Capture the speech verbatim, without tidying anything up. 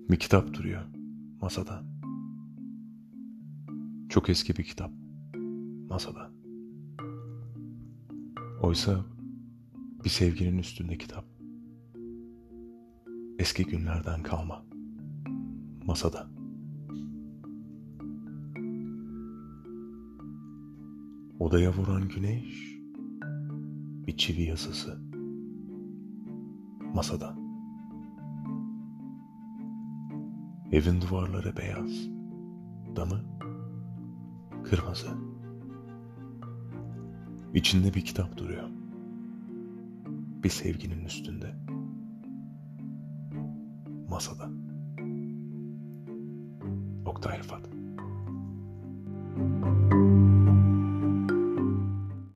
Bir kitap duruyor masada. Çok eski bir kitap masada. Oysa bir sevginin üstünde kitap. Eski günlerden kalma masada. Odaya vuran güneş bir çivi yazısı masada. Evin duvarları beyaz, damı kırmızı. İçinde bir kitap duruyor. Bir sevginin üstünde masada. Oktay Rıfat.